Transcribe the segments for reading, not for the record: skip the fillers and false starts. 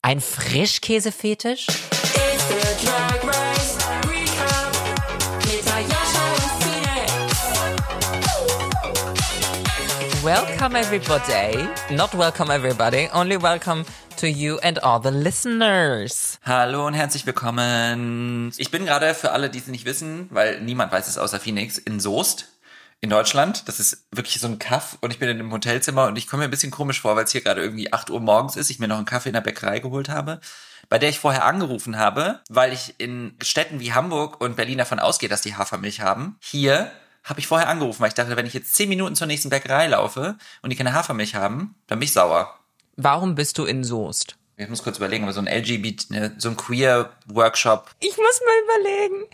Ein Frischkäsefetisch? Welcome everybody. Not welcome everybody, only welcome to you and all the listeners. Hallo und herzlich willkommen. Ich bin gerade, für alle, die es nicht wissen, weil niemand weiß es außer Phoenix, in Soest in Deutschland. Das ist wirklich so ein Kaff und ich bin in einem Hotelzimmer und ich komme mir ein bisschen komisch vor, weil es hier gerade irgendwie 8 Uhr morgens ist. Ich mir noch einen Kaffee in der Bäckerei geholt habe, bei der ich vorher angerufen habe, weil ich in Städten wie Hamburg und Berlin davon ausgehe, dass die Hafermilch haben. Hier habe ich vorher angerufen, weil ich dachte, wenn ich jetzt 10 Minuten zur nächsten Bäckerei laufe und die keine Hafermilch haben, dann bin ich sauer. Warum bist du in Soest? Ich muss kurz überlegen, aber so ein so ein Queer-Workshop. Ich muss mal überlegen.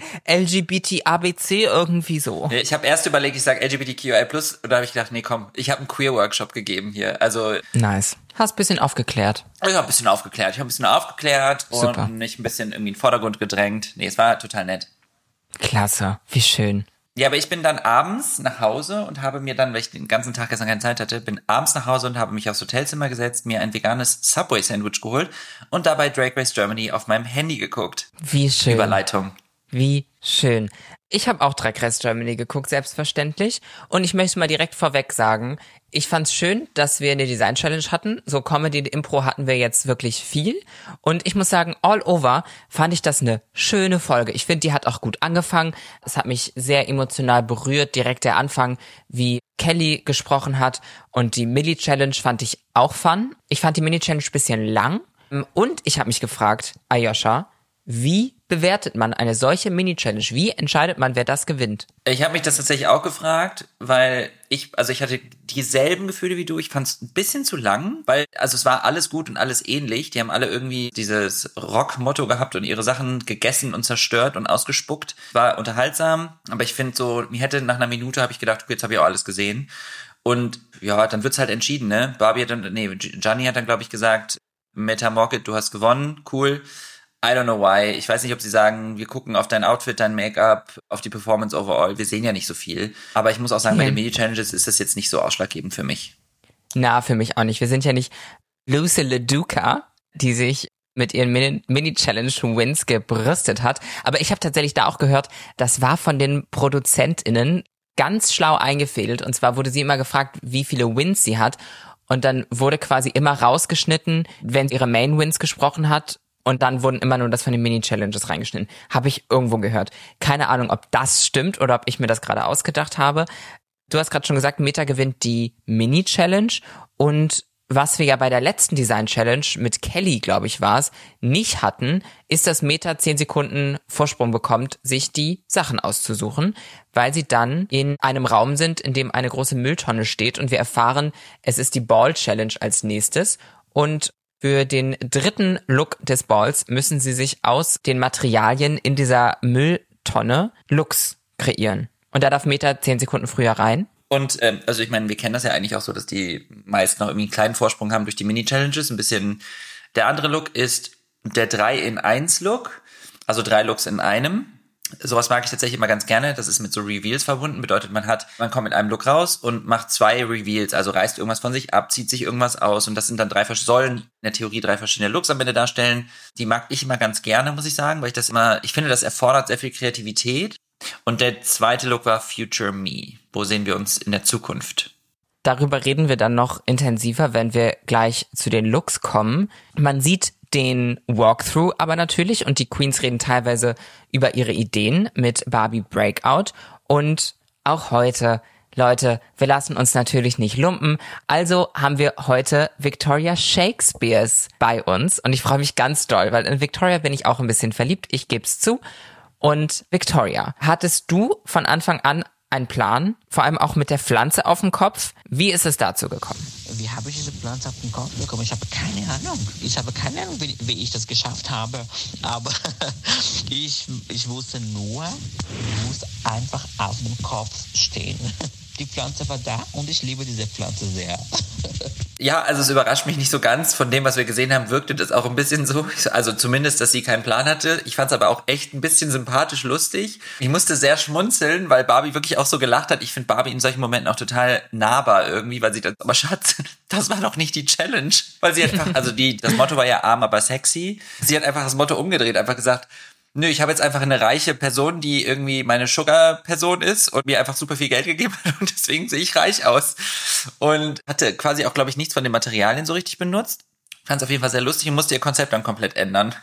LGBT-ABC irgendwie so. Ich habe erst überlegt, ich sage LGBTQI+, und da habe ich gedacht, nee, komm, ich habe einen Queer-Workshop gegeben hier. Also nice. Hast ein bisschen aufgeklärt. Ich habe ein bisschen aufgeklärt Super. Und mich ein bisschen irgendwie in den Vordergrund gedrängt. Nee, es war total nett. Klasse, wie schön. Ja, aber ich bin dann abends nach Hause und habe mir dann, weil ich den ganzen Tag gestern keine Zeit hatte, bin abends nach Hause und habe mich aufs Hotelzimmer gesetzt, mir ein veganes Subway-Sandwich geholt und dabei Drag Race Germany auf meinem Handy geguckt. Wie schön. Überleitung. Wie schön. Ich habe auch Drag Race Germany geguckt, selbstverständlich. Und ich möchte mal direkt vorweg sagen, ich fand's schön, dass wir eine Design Challenge hatten. So Comedy und Impro hatten wir jetzt wirklich viel. Und ich muss sagen, all over fand ich das eine schöne Folge. Ich finde, die hat auch gut angefangen. Es hat mich sehr emotional berührt. Direkt der Anfang, wie Kelly gesprochen hat. Und die Milli Challenge fand ich auch fun. Ich fand die Mini Challenge ein bisschen lang. Und ich habe mich gefragt, Ayosha, wie bewertet man eine solche Mini-Challenge? Wie entscheidet man, wer das gewinnt? Ich habe mich das tatsächlich auch gefragt, weil ich hatte dieselben Gefühle wie du. Ich fand es ein bisschen zu lang, weil es war alles gut und alles ähnlich. Die haben alle irgendwie dieses Rock-Motto gehabt und ihre Sachen gegessen und zerstört und ausgespuckt. War unterhaltsam, aber ich finde so, nach einer Minute habe ich gedacht, okay, jetzt habe ich auch alles gesehen. Und ja, dann wird's halt entschieden, ne? Gianni hat dann, glaube ich, gesagt, Meta Morket, du hast gewonnen, cool. I don't know why. Ich weiß nicht, ob sie sagen, wir gucken auf dein Outfit, dein Make-up, auf die Performance overall. Wir sehen ja nicht so viel. Aber ich muss auch sagen, bei den Mini-Challenges ist das jetzt nicht so ausschlaggebend für mich. Na, für mich auch nicht. Wir sind ja nicht Lucy LaDuca, die sich mit ihren Mini-Challenge-Wins gebrüstet hat. Aber ich habe tatsächlich da auch gehört, das war von den ProduzentInnen ganz schlau eingefädelt. Und zwar wurde sie immer gefragt, wie viele Wins sie hat. Und dann wurde quasi immer rausgeschnitten, wenn sie ihre Main-Wins gesprochen hat. Und dann wurden immer nur das von den Mini-Challenges reingeschnitten. Habe ich irgendwo gehört. Keine Ahnung, ob das stimmt oder ob ich mir das gerade ausgedacht habe. Du hast gerade schon gesagt, Meta gewinnt die Mini-Challenge. Und was wir ja bei der letzten Design-Challenge mit Kelly, glaube ich, war es, nicht hatten, ist, dass Meta 10 Sekunden Vorsprung bekommt, sich die Sachen auszusuchen, weil sie dann in einem Raum sind, in dem eine große Mülltonne steht. Und wir erfahren, es ist die Ball-Challenge als nächstes. Und für den dritten Look des Balls müssen sie sich aus den Materialien in dieser Mülltonne Looks kreieren. Und da darf Meta 10 Sekunden früher rein. Und ich meine, wir kennen das ja eigentlich auch so, dass die meisten noch irgendwie einen kleinen Vorsprung haben durch die Mini-Challenges. Ein bisschen. Der andere Look ist der 3-in-1-Look, also 3 Looks in einem. Sowas mag ich tatsächlich immer ganz gerne. Das ist mit so Reveals verbunden. Bedeutet, man kommt mit einem Look raus und macht 2 Reveals. Also reißt irgendwas von sich ab, zieht sich irgendwas aus. Und das sind dann sollen in der Theorie 3 verschiedene Looks am Ende darstellen. Die mag ich immer ganz gerne, muss ich sagen, weil ich finde, das erfordert sehr viel Kreativität. Und der zweite Look war Future Me. Wo sehen wir uns in der Zukunft? Darüber reden wir dann noch intensiver, wenn wir gleich zu den Looks kommen. Man sieht den Walkthrough aber natürlich und die Queens reden teilweise über ihre Ideen mit Barbie Breakout und auch heute, Leute, wir lassen uns natürlich nicht lumpen, also haben wir heute Victoria Shakespears bei uns und ich freue mich ganz doll, weil in Victoria bin ich auch ein bisschen verliebt, ich geb's zu. Und Victoria, hattest du von Anfang an einen Plan, vor allem auch mit der Pflanze auf dem Kopf? Wie ist es dazu gekommen? Wie habe ich diese Pflanze auf den Kopf bekommen? Ich habe keine Ahnung. Wie ich das geschafft habe. Aber ich wusste nur, ich muss einfach auf dem Kopf stehen. Die Pflanze war da und ich liebe diese Pflanze sehr. Ja, also es überrascht mich nicht so ganz. Von dem, was wir gesehen haben, wirkte das auch ein bisschen so. Also zumindest, dass sie keinen Plan hatte. Ich fand es aber auch echt ein bisschen sympathisch lustig. Ich musste sehr schmunzeln, weil Barbie wirklich auch so gelacht hat. Ich finde Barbie in solchen Momenten auch total nahbar irgendwie, weil sie dann, aber Schatz, das war doch nicht die Challenge. Weil sie einfach, also das Motto war ja arm, aber sexy. Sie hat einfach das Motto umgedreht, einfach gesagt, nö, ich habe jetzt einfach eine reiche Person, die irgendwie meine Sugar-Person ist und mir einfach super viel Geld gegeben hat und deswegen sehe ich reich aus. Und hatte quasi auch, glaube ich, nichts von den Materialien so richtig benutzt. Fand es auf jeden Fall sehr lustig und musste ihr Konzept dann komplett ändern.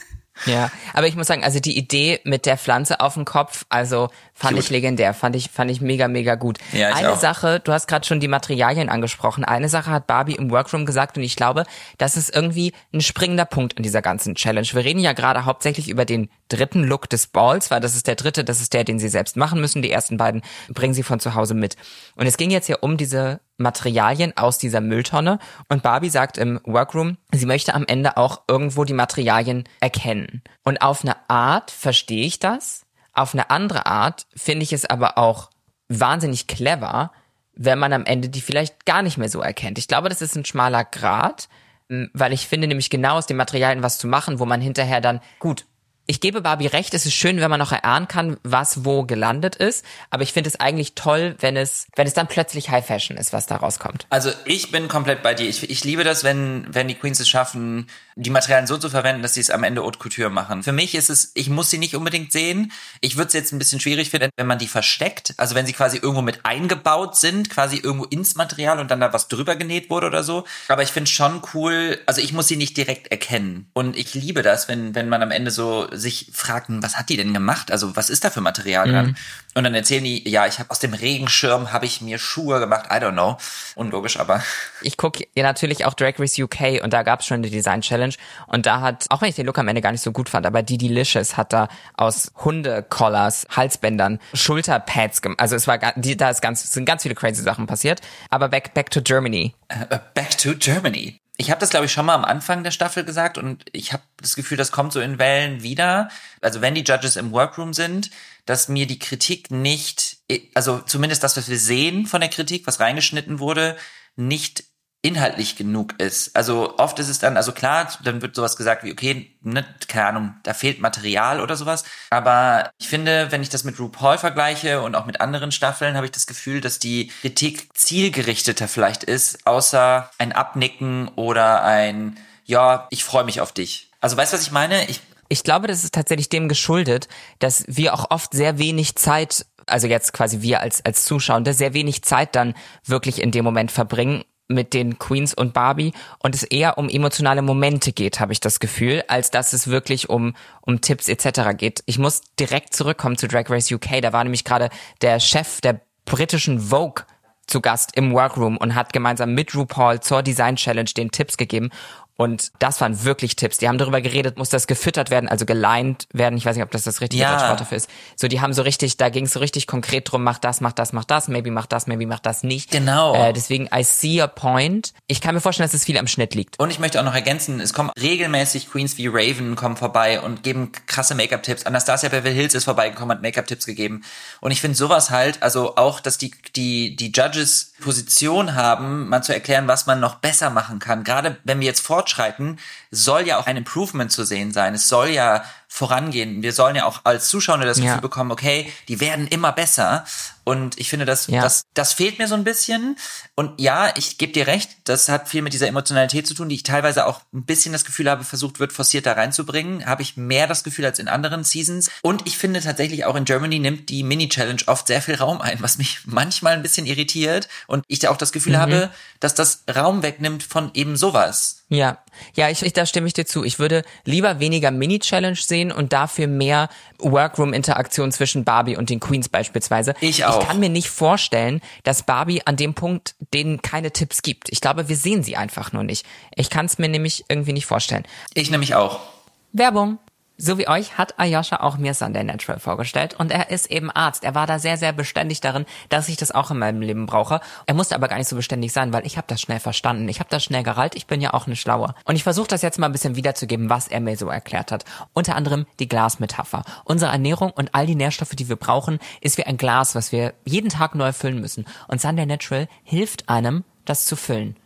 Ja, aber ich muss sagen, also die Idee mit der Pflanze auf dem Kopf, also fand ich legendär, fand ich mega, mega gut. Ja, eine auch. Sache, du hast gerade schon die Materialien angesprochen, eine Sache hat Barbie im Workroom gesagt und ich glaube, das ist irgendwie ein springender Punkt in dieser ganzen Challenge. Wir reden ja gerade hauptsächlich über den dritten Look des Balls, weil das ist der dritte, das ist der, den sie selbst machen müssen. Die ersten beiden bringen sie von zu Hause mit. Und es ging jetzt ja um diese Materialien aus dieser Mülltonne und Barbie sagt im Workroom, sie möchte am Ende auch irgendwo die Materialien erkennen. Und auf eine Art verstehe ich das, auf eine andere Art finde ich es aber auch wahnsinnig clever, wenn man am Ende die vielleicht gar nicht mehr so erkennt. Ich glaube, das ist ein schmaler Grat, weil ich finde nämlich genau aus den Materialien was zu machen, wo man hinterher dann, gut, ich gebe Barbie recht, es ist schön, wenn man noch erahnen kann, was wo gelandet ist, aber ich finde es eigentlich toll, wenn es dann plötzlich High Fashion ist, was da rauskommt. Also ich bin komplett bei dir. Ich liebe das, wenn die Queens es schaffen, die Materialien so zu verwenden, dass sie es am Ende Haute Couture machen. Für mich ist es, ich muss sie nicht unbedingt sehen. Ich würde es jetzt ein bisschen schwierig finden, wenn man die versteckt. Also wenn sie quasi irgendwo mit eingebaut sind, quasi irgendwo ins Material und dann da was drüber genäht wurde oder so. Aber ich finde es schon cool, also ich muss sie nicht direkt erkennen. Und ich liebe das, wenn man am Ende so sich fragt, was hat die denn gemacht? Also was ist da für Material dran? Und dann erzählen die, ja, ich habe aus dem Regenschirm habe ich mir Schuhe gemacht. I don't know. Unlogisch, aber. Ich gucke ja natürlich auch Drag Race UK und da gab es schon eine Design Challenge und da hat, auch wenn ich den Look am Ende gar nicht so gut fand, aber die Delicious hat da aus Hundecollars, Halsbändern, Schulterpads gemacht. Also es war, sind ganz viele crazy Sachen passiert. Aber back to Germany. Back to Germany. Ich habe das, glaube ich, schon mal am Anfang der Staffel gesagt und ich habe das Gefühl, das kommt so in Wellen wieder. Also wenn die Judges im Workroom sind, dass mir die Kritik nicht, also zumindest das, was wir sehen von der Kritik, was reingeschnitten wurde, nicht inhaltlich genug ist. Also oft ist es dann, also klar, dann wird sowas gesagt wie, okay, ne, keine Ahnung, da fehlt Material oder sowas. Aber ich finde, wenn ich das mit RuPaul vergleiche und auch mit anderen Staffeln, habe ich das Gefühl, dass die Kritik zielgerichteter vielleicht ist, außer ein Abnicken oder ein, ja, ich freue mich auf dich. Also weißt du, was ich meine? Ich glaube, das ist tatsächlich dem geschuldet, dass wir auch oft sehr wenig Zeit, also jetzt quasi wir als Zuschauer, sehr wenig Zeit dann wirklich in dem Moment verbringen mit den Queens und Barbie und es eher um emotionale Momente geht, habe ich das Gefühl, als dass es wirklich um Tipps etc. geht. Ich muss direkt zurückkommen zu Drag Race UK, da war nämlich gerade der Chef der britischen Vogue zu Gast im Workroom und hat gemeinsam mit RuPaul zur Design Challenge den Tipps gegeben. Und das waren wirklich Tipps. Die haben darüber geredet, muss das gefüttert werden, also gelined werden. Ich weiß nicht, ob das richtige Wort dafür ist. So, die haben so richtig, da ging es so richtig konkret drum, mach das, maybe mach das nicht. Genau. Deswegen, I see a point. Ich kann mir vorstellen, dass es viel am Schnitt liegt. Und ich möchte auch noch ergänzen, es kommen regelmäßig Queens wie Raven kommen vorbei und geben krasse Make-up-Tipps. Anastasia Beverly Hills ist vorbeigekommen, hat Make-up-Tipps gegeben. Und ich finde sowas halt, also auch, dass die Judges Position haben, mal zu erklären, was man noch besser machen kann. Gerade wenn wir jetzt fortschreiten, soll ja auch ein Improvement zu sehen sein. Es soll ja vorangehen. Wir sollen ja auch als Zuschauer das Gefühl bekommen, okay, die werden immer besser. Und ich finde, das fehlt mir so ein bisschen. Und ja, ich gebe dir recht, das hat viel mit dieser Emotionalität zu tun, die ich teilweise auch ein bisschen das Gefühl habe, versucht wird, forciert da reinzubringen. Habe ich mehr das Gefühl als in anderen Seasons. Und ich finde tatsächlich auch in Germany nimmt die Mini-Challenge oft sehr viel Raum ein, was mich manchmal ein bisschen irritiert. Und ich da auch das Gefühl habe, dass das Raum wegnimmt von eben sowas. Ja, da stimme ich dir zu. Ich würde lieber weniger Mini-Challenge sehen und dafür mehr Workroom-Interaktion zwischen Barbie und den Queens beispielsweise. Ich auch. Ich kann mir nicht vorstellen, dass Barbie an dem Punkt denen keine Tipps gibt. Ich glaube, wir sehen sie einfach nur nicht. Ich kann es mir nämlich irgendwie nicht vorstellen. Ich nämlich auch. Werbung. So wie euch hat Ayosha auch mir Sunday Natural vorgestellt und er ist eben Arzt. Er war da sehr, sehr beständig darin, dass ich das auch in meinem Leben brauche. Er musste aber gar nicht so beständig sein, weil ich habe das schnell verstanden. Ich habe das schnell gerallt. Ich bin ja auch eine Schlaue. Und ich versuche das jetzt mal ein bisschen wiederzugeben, was er mir so erklärt hat. Unter anderem die Glasmetapher. Unsere Ernährung und all die Nährstoffe, die wir brauchen, ist wie ein Glas, was wir jeden Tag neu füllen müssen. Und Sunday Natural hilft einem, das zu füllen.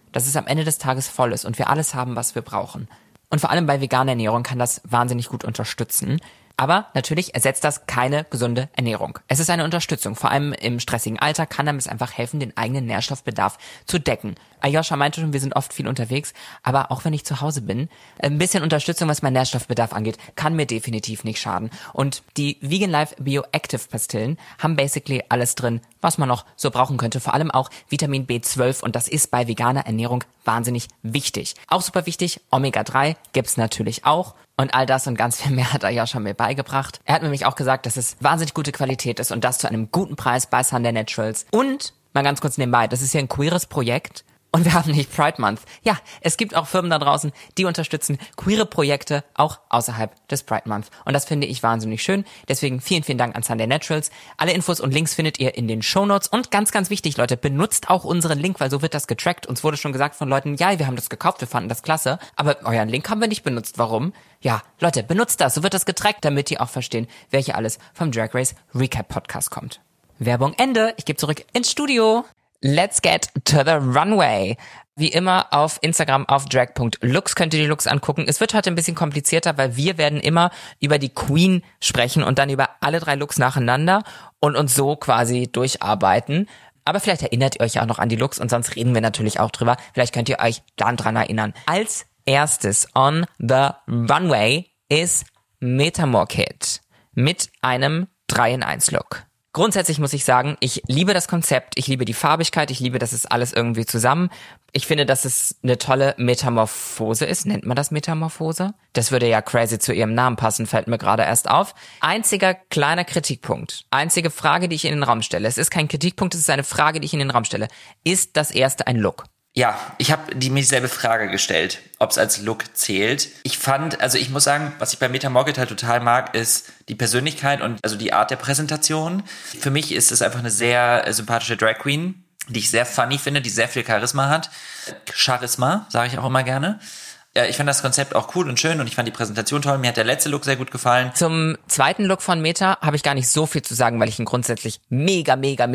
dass es am Ende des Tages voll ist und wir alles haben, was wir brauchen. Und vor allem bei veganer Ernährung kann das wahnsinnig gut unterstützen. Aber natürlich ersetzt das keine gesunde Ernährung. Es ist eine Unterstützung. Vor allem im stressigen Alltag kann einem es einfach helfen, den eigenen Nährstoffbedarf zu decken. Ayosha meinte schon, wir sind oft viel unterwegs, aber auch wenn ich zu Hause bin, ein bisschen Unterstützung, was meinen Nährstoffbedarf angeht, kann mir definitiv nicht schaden. Und die Vegan Life Bioactive Pastillen haben basically alles drin, was man noch so brauchen könnte. Vor allem auch Vitamin B12 und das ist bei veganer Ernährung wahnsinnig wichtig. Auch super wichtig, Omega-3 gibt's natürlich auch. Und all das und ganz viel mehr hat Ayosha mir beigebracht. Er hat mir nämlich auch gesagt, dass es wahnsinnig gute Qualität ist und das zu einem guten Preis bei Sunday Naturals. Und, mal ganz kurz nebenbei, das ist hier ein queeres Projekt und wir haben nicht Pride Month. Ja, es gibt auch Firmen da draußen, die unterstützen queere Projekte auch außerhalb des Pride Month. Und das finde ich wahnsinnig schön. Deswegen vielen, vielen Dank an Sunday Naturals. Alle Infos und Links findet ihr in den Shownotes. Und ganz, ganz wichtig, Leute, benutzt auch unseren Link, weil so wird das getrackt. Uns wurde schon gesagt von Leuten, ja, wir haben das gekauft, wir fanden das klasse, aber euren Link haben wir nicht benutzt. Warum? Ja, Leute, benutzt das, so wird das getrackt, damit ihr auch verstehen, welche alles vom Drag Race Recap Podcast kommt. Werbung Ende. Ich gebe zurück ins Studio. Let's get to the runway. Wie immer auf Instagram auf drag.looks könnt ihr die Looks angucken. Es wird heute ein bisschen komplizierter, weil wir werden immer über die Queen sprechen und dann über alle 3 Looks nacheinander und uns so quasi durcharbeiten. Aber vielleicht erinnert ihr euch ja auch noch an die Looks und sonst reden wir natürlich auch drüber. Vielleicht könnt ihr euch dann dran erinnern. Als erstes on the runway ist Metamor Kid mit einem 3-in-1 Look. Grundsätzlich muss ich sagen, ich liebe das Konzept, ich liebe die Farbigkeit, ich liebe, dass es alles irgendwie zusammen. Ich finde, dass es eine tolle Metamorphose ist. Nennt man das Metamorphose? Das würde ja crazy zu ihrem Namen passen, fällt mir gerade erst auf. Einziger kleiner Kritikpunkt, einzige Frage, die ich in den Raum stelle. Es ist kein Kritikpunkt, es ist eine Frage, die ich in den Raum stelle. Ist das erste ein Look? Ja, ich habe mir dieselbe Frage gestellt, ob es als Look zählt. Ich muss sagen, was ich bei Metamor Kid halt total mag, ist die Persönlichkeit und also die Art der Präsentation. Für mich ist es einfach eine sehr sympathische Drag Queen, die ich sehr funny finde, die sehr viel Charisma hat. Charisma, sage ich auch immer gerne. Ja, ich fand das Konzept auch cool und schön und ich fand die Präsentation toll. Mir hat der letzte Look sehr gut gefallen. Zum zweiten Look von Meta habe ich gar nicht so viel zu sagen, weil ich ihn grundsätzlich mega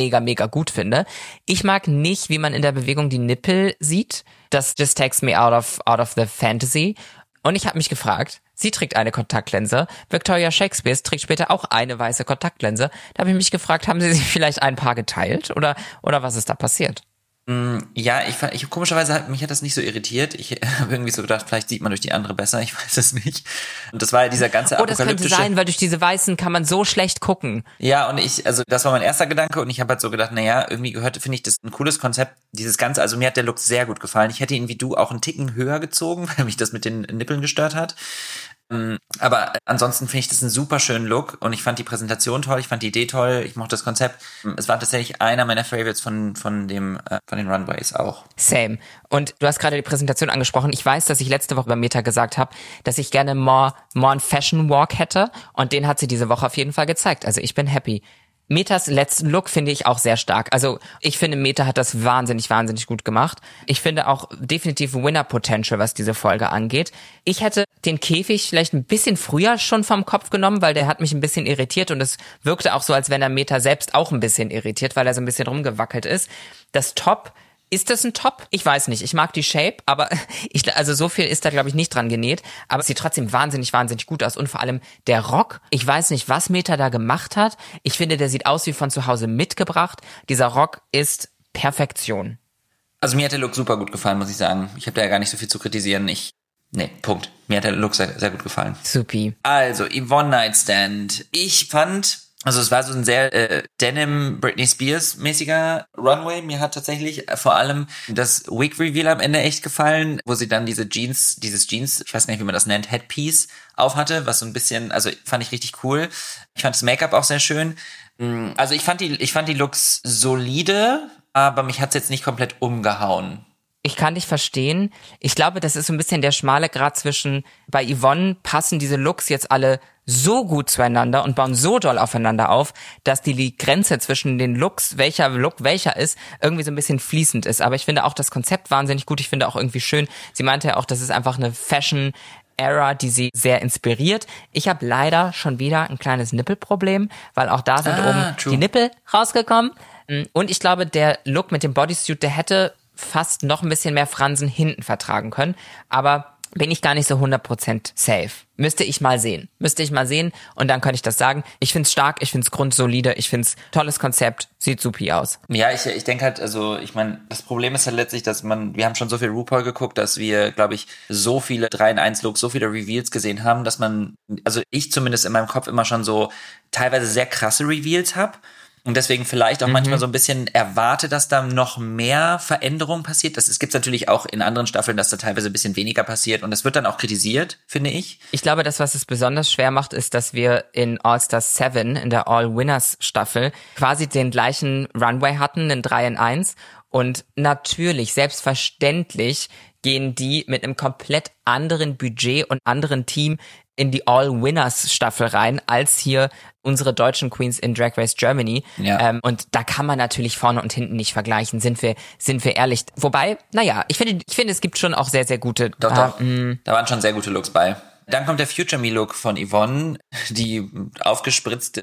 gut finde. Ich mag nicht, wie man in der Bewegung die Nippel sieht. Das just takes me out of the fantasy. Und ich habe mich gefragt, sie trägt eine Kontaktlinse. Victoria Shakespeare trägt später auch eine weiße Kontaktlinse. Da habe ich mich gefragt, haben sie sich vielleicht ein Paar geteilt oder was ist da passiert? Ja, ich komischerweise mich hat das nicht so irritiert. Ich habe irgendwie so gedacht, vielleicht sieht man durch die andere besser, ich weiß es nicht. Und das war ja dieser ganze apokalyptische... das könnte sein, weil durch diese Weißen kann man so schlecht gucken. Ja, und das war mein erster Gedanke und ich habe halt so gedacht, naja, irgendwie finde ich das ein cooles Konzept, dieses Ganze, also mir hat der Look sehr gut gefallen. Ich hätte ihn wie du auch einen Ticken höher gezogen, weil mich das mit den Nippeln gestört hat. Aber ansonsten finde ich das einen super schönen Look und ich fand die Präsentation toll, ich fand die Idee toll, ich mochte das Konzept. Es war tatsächlich einer meiner Favorites von den Runways auch. Same. Und du hast gerade die Präsentation angesprochen. Ich weiß, dass ich letzte Woche bei Meta gesagt habe, dass ich gerne more einen Fashion Walk hätte und den hat sie diese Woche auf jeden Fall gezeigt. Also ich bin happy. Metas letzten Look finde ich auch sehr stark. Also ich finde, Meta hat das wahnsinnig gut gemacht. Ich finde auch definitiv Winner-Potential, was diese Folge angeht. Ich hätte den Käfig vielleicht ein bisschen früher schon vom Kopf genommen, weil der hat mich ein bisschen irritiert und es wirkte auch so, als wenn er Meta selbst auch ein bisschen irritiert, weil er so ein bisschen rumgewackelt ist. Das Top, ist das ein Top? Ich weiß nicht. Ich mag die Shape, aber also so viel ist da, glaube ich, nicht dran genäht. Aber es sieht trotzdem wahnsinnig gut aus. Und vor allem der Rock. Ich weiß nicht, was Meta da gemacht hat. Ich finde, der sieht aus wie von zu Hause mitgebracht. Dieser Rock ist Perfektion. Also mir hat der Look super gut gefallen, muss ich sagen. Ich habe da ja gar nicht so viel zu kritisieren. Punkt. Mir hat der Look sehr, sehr gut gefallen. Supi. Also, Yvonne Nightstand. Ich fand... Also es war so ein sehr Denim Britney Spears mäßiger Runway. Mir hat tatsächlich vor allem das Wig Reveal am Ende echt gefallen, wo sie dann dieses Jeans, ich weiß gar nicht, wie man das nennt, Headpiece aufhatte, was so ein bisschen, also fand ich richtig cool. Ich fand das Make-up auch sehr schön. Also ich fand die Looks solide, aber mich hat's jetzt nicht komplett umgehauen. Ich kann dich verstehen. Ich glaube, das ist so ein bisschen der schmale Grat zwischen, bei Yvonne passen diese Looks jetzt alle so gut zueinander und bauen so doll aufeinander auf, dass die Grenze zwischen den Looks, welcher Look welcher ist, irgendwie so ein bisschen fließend ist. Aber ich finde auch das Konzept wahnsinnig gut. Ich finde auch irgendwie schön. Sie meinte ja auch, das ist einfach eine Fashion-Era, die sie sehr inspiriert. Ich habe leider schon wieder ein kleines Nippelproblem, weil auch da sind oben die Nippel rausgekommen. Und ich glaube, der Look mit dem Bodysuit, der hätte fast noch ein bisschen mehr Fransen hinten vertragen können, aber bin ich gar nicht so 100% safe. Müsste ich mal sehen und dann könnte ich das sagen. Ich find's stark, ich find's grundsolide, ich find's tolles Konzept, sieht supi aus. Ja, ich denke halt, also ich meine, das Problem ist halt letztlich, dass wir haben schon so viel RuPaul geguckt, dass wir, glaube ich, so viele 3-in-1-Looks, so viele Reveals gesehen haben, dass also ich zumindest in meinem Kopf immer schon so teilweise sehr krasse Reveals habe. Und deswegen vielleicht auch manchmal so ein bisschen erwarte, dass da noch mehr Veränderung passiert. Es gibt natürlich auch in anderen Staffeln, dass da teilweise ein bisschen weniger passiert. Und das wird dann auch kritisiert, finde ich. Ich glaube, das, was es besonders schwer macht, ist, dass wir in All-Stars 7, in der All-Winners-Staffel, quasi den gleichen Runway hatten, den 3-in-1. Und natürlich, selbstverständlich, gehen die mit einem komplett anderen Budget und anderen Team in die All-Winners-Staffel rein, als hier unsere deutschen Queens in Drag Race Germany. Ja. Und da kann man natürlich vorne und hinten nicht vergleichen, sind wir ehrlich. Wobei, naja, ich finde, es gibt schon auch sehr, sehr gute. Doch. Da waren schon sehr gute Looks bei. Dann kommt der Future Me Look von Yvonne, die aufgespritzte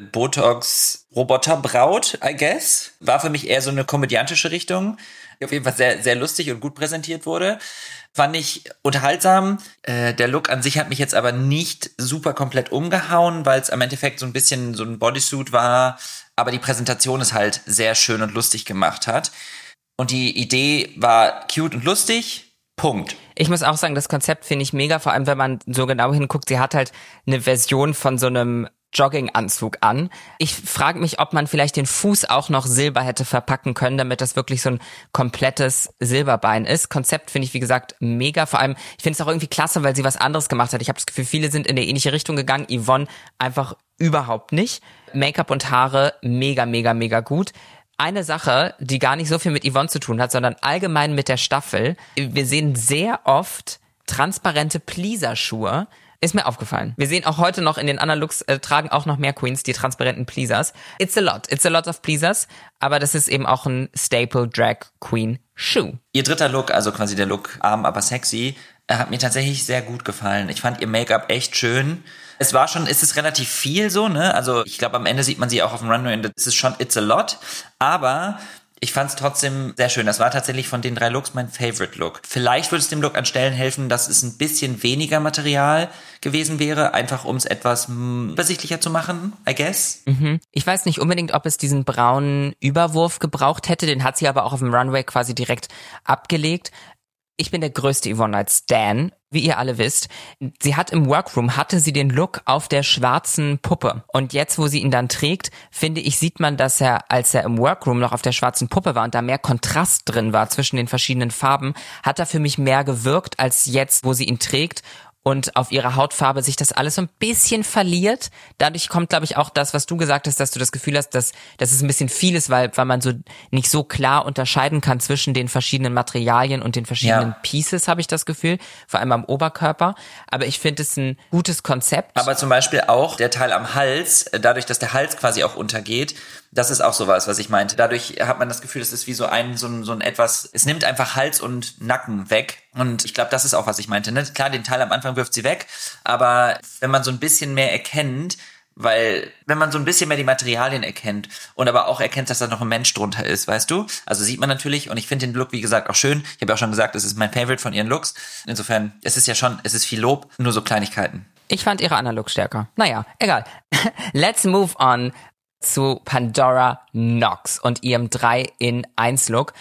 Botox-Roboterbraut, I guess. War für mich eher so eine komödiantische Richtung, die auf jeden Fall sehr, sehr lustig und gut präsentiert wurde. Fand ich unterhaltsam. Der Look an sich hat mich jetzt aber nicht super komplett umgehauen, weil es im Endeffekt so ein bisschen so ein Bodysuit war, aber die Präsentation es halt sehr schön und lustig gemacht hat. Und die Idee war cute und lustig. Punkt. Ich muss auch sagen, das Konzept finde ich mega, vor allem wenn man so genau hinguckt. Sie hat halt eine Version von so einem Jogginganzug an. Ich frage mich, ob man vielleicht den Fuß auch noch silber hätte verpacken können, damit das wirklich so ein komplettes Silberbein ist. Konzept finde ich, wie gesagt, mega. Vor allem, ich finde es auch irgendwie klasse, weil sie was anderes gemacht hat. Ich habe das Gefühl, viele sind in eine ähnliche Richtung gegangen. Yvonne einfach überhaupt nicht. Make-up und Haare mega, mega, mega gut. Eine Sache, die gar nicht so viel mit Yvonne zu tun hat, sondern allgemein mit der Staffel. Wir sehen sehr oft transparente Pleaser-Schuhe. Ist mir aufgefallen. Wir sehen auch heute noch in den anderen Looks, tragen auch noch mehr Queens die transparenten Pleasers. It's a lot of Pleasers, aber das ist eben auch ein Staple Drag Queen Shoe. Ihr dritter Look, also quasi der Look arm, aber sexy, hat mir tatsächlich sehr gut gefallen. Ich fand ihr Make-up echt schön. Es ist relativ viel so, ne? Also ich glaube, am Ende sieht man sie auch auf dem Runway und das ist schon It's a lot, aber ich fand es trotzdem sehr schön. Das war tatsächlich von den 3 Looks mein Favorite Look. Vielleicht würde es dem Look an Stellen helfen, dass es ein bisschen weniger Material gewesen wäre, einfach um es etwas übersichtlicher zu machen, I guess. Ich weiß nicht unbedingt, ob es diesen braunen Überwurf gebraucht hätte. Den hat sie aber auch auf dem Runway quasi direkt abgelegt. Ich bin der größte Yvonne als Stan, wie ihr alle wisst. Sie hat im Workroom, hatte sie den Look auf der schwarzen Puppe. Und jetzt, wo sie ihn dann trägt, finde ich, sieht man, dass als er im Workroom noch auf der schwarzen Puppe war und da mehr Kontrast drin war zwischen den verschiedenen Farben, hat er für mich mehr gewirkt, als jetzt, wo sie ihn trägt und auf ihrer Hautfarbe sich das alles so ein bisschen verliert. Dadurch kommt, glaube ich, auch das, was du gesagt hast, dass du das Gefühl hast, dass es ein bisschen viel ist, weil man so nicht so klar unterscheiden kann zwischen den verschiedenen Materialien und den verschiedenen Pieces, habe ich das Gefühl, vor allem am Oberkörper. Aber ich finde es ein gutes Konzept. Aber zum Beispiel auch der Teil am Hals, dadurch, dass der Hals quasi auch untergeht, das ist auch sowas, was ich meinte. Dadurch hat man das Gefühl, es ist wie so ein etwas, es nimmt einfach Hals und Nacken weg. Und ich glaube, das ist auch, was ich meinte. Ne? Klar, den Teil am Anfang wirft sie weg, aber wenn man so ein bisschen mehr erkennt, weil wenn man so ein bisschen mehr die Materialien erkennt und aber auch erkennt, dass da noch ein Mensch drunter ist, weißt du? Also sieht man natürlich und ich finde den Look, wie gesagt, auch schön. Ich habe ja auch schon gesagt, es ist mein Favorite von ihren Looks. Insofern, es ist viel Lob, nur so Kleinigkeiten. Ich fand ihre anderen Looks stärker. Naja, egal. Let's move on zu Pandora Knox und ihrem 3-in-1-Look,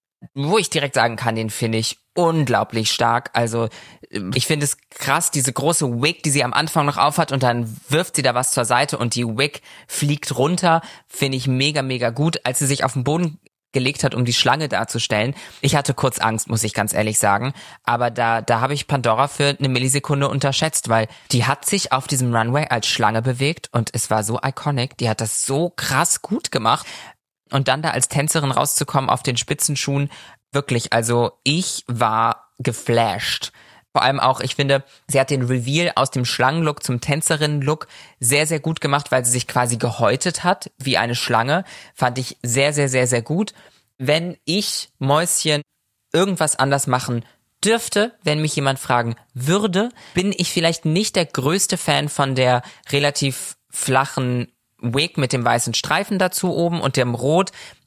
wo ich direkt sagen kann, den finde ich unglaublich stark. Also ich finde es krass, diese große Wig, die sie am Anfang noch aufhat und dann wirft sie da was zur Seite und die Wig fliegt runter, finde ich mega, mega gut. Als sie sich auf den Boden gelegt hat, um die Schlange darzustellen. Ich hatte kurz Angst, muss ich ganz ehrlich sagen. Aber da habe ich Pandora für eine Millisekunde unterschätzt, weil die hat sich auf diesem Runway als Schlange bewegt und es war so iconic. Die hat das so krass gut gemacht. Und dann da als Tänzerin rauszukommen auf den Spitzenschuhen, wirklich, also ich war geflasht. Vor allem auch, ich finde, sie hat den Reveal aus dem Schlangenlook zum Tänzerinnen-Look sehr, sehr gut gemacht, weil sie sich quasi gehäutet hat wie eine Schlange. Fand ich sehr, sehr, sehr, sehr gut. Wenn ich, Mäuschen, irgendwas anders machen dürfte, wenn mich jemand fragen würde, bin ich vielleicht nicht der größte Fan von der relativ flachen Wig mit dem weißen Streifen dazu oben und dem Rot.